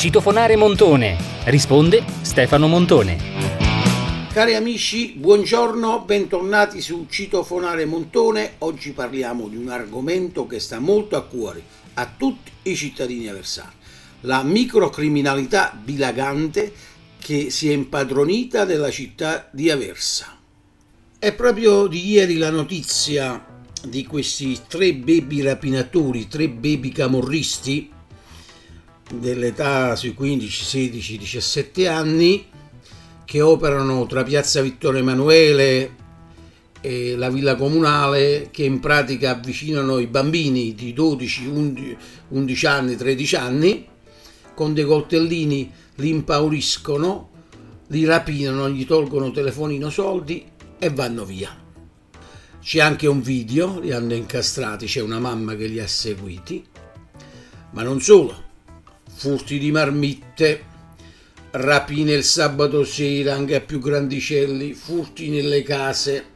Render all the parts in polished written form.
Citofonare Montone. Risponde Stefano Montone. Cari amici, buongiorno, bentornati su Citofonare Montone. Oggi parliamo di un argomento che sta molto a cuore a tutti i cittadini aversani: la microcriminalità dilagante che si è impadronita della città di Aversa. È proprio di ieri la notizia di questi 3 baby rapinatori, 3 baby camorristi dell'età sui 15, 16, 17 anni che operano tra Piazza Vittorio Emanuele e la Villa Comunale, che in pratica avvicinano i bambini di 12, 11 anni, 13 anni, con dei coltellini li impauriscono, li rapinano, gli tolgono telefonino, soldi e vanno via. C'è anche un video, li hanno incastrati, c'è una mamma che li ha seguiti, ma non solo. Furti di marmitte, rapine il sabato sera anche a più grandicelli, furti nelle case,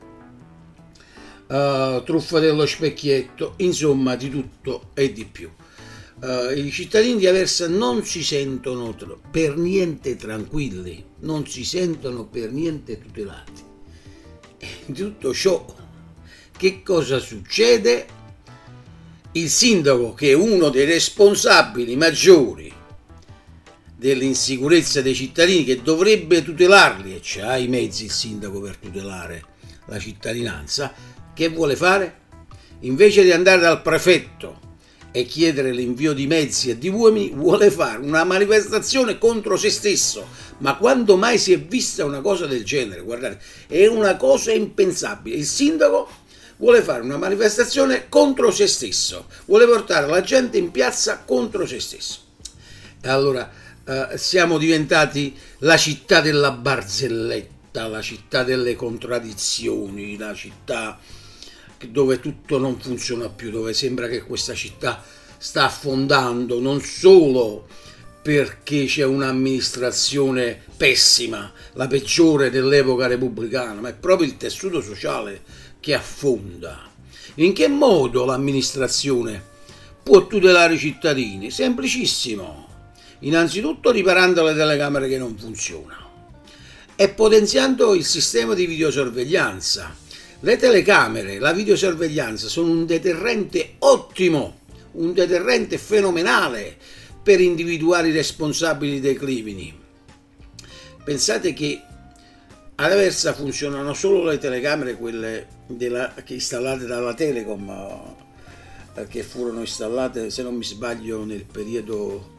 truffa dello specchietto, insomma di tutto e di più. I cittadini di Aversa non si sentono per niente tranquilli, non si sentono per niente tutelati. Di tutto ciò, che cosa succede? Il sindaco, che è uno dei responsabili maggiori dell'insicurezza dei cittadini, che dovrebbe tutelarli, e c'ha i mezzi il sindaco per tutelare la cittadinanza, che vuole fare? Invece di andare dal prefetto e chiedere l'invio di mezzi e di uomini, vuole fare una manifestazione contro se stesso. Ma quando mai si è vista una cosa del genere? Guardate, è una cosa impensabile. Il sindaco vuole fare una manifestazione contro se stesso, vuole portare la gente in piazza contro se stesso. E allora siamo diventati la città della barzelletta, la città delle contraddizioni, la città dove tutto non funziona più, dove sembra che questa città sta affondando, non solo perché c'è un'amministrazione pessima, la peggiore dell'epoca repubblicana, ma è proprio il tessuto sociale che affonda. In che modo l'amministrazione può tutelare i cittadini? Semplicissimo. Innanzitutto riparando le telecamere che non funzionano e potenziando il sistema di videosorveglianza. Le telecamere, la videosorveglianza sono un deterrente ottimo, un deterrente fenomenale per individuare i responsabili dei crimini. Pensate che ad Aversa funzionano solo le telecamere, quelle che installate dalla Telecom, che furono installate, se non mi sbaglio, nel periodo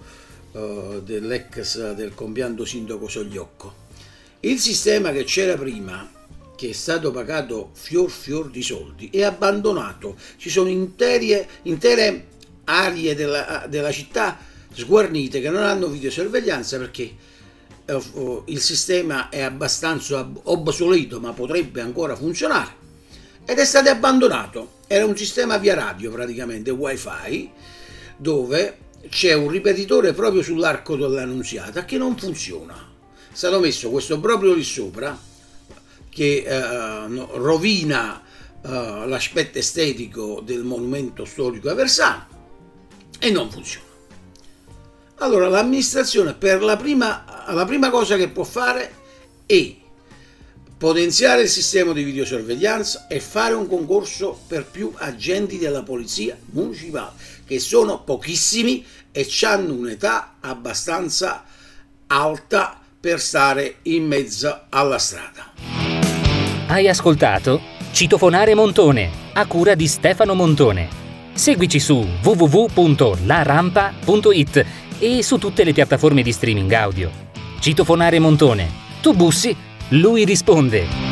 del compianto sindaco Sogliocco. Il sistema che c'era prima, che è stato pagato fior di soldi, è abbandonato. Ci sono intere aree della città sguarnite che non hanno videosorveglianza perché il sistema è abbastanza obsoleto, ma potrebbe ancora funzionare, ed è stato abbandonato. Era un sistema via radio, praticamente wifi, dove c'è un ripetitore proprio sull'Arco dell'Annunziata che non funziona. È stato messo questo proprio lì sopra, che rovina l'aspetto estetico del monumento storico aversano, e non funziona. Allora l'amministrazione, la prima cosa che può fare è potenziare il sistema di videosorveglianza e fare un concorso per più agenti della polizia municipale, che sono pochissimi e hanno un'età abbastanza alta per stare in mezzo alla strada. Hai ascoltato Citofonare Montone, a cura di Stefano Montone. Seguici su www.larampa.it e su tutte le piattaforme di streaming audio. Citofonare Montone. Tu bussi, lui risponde.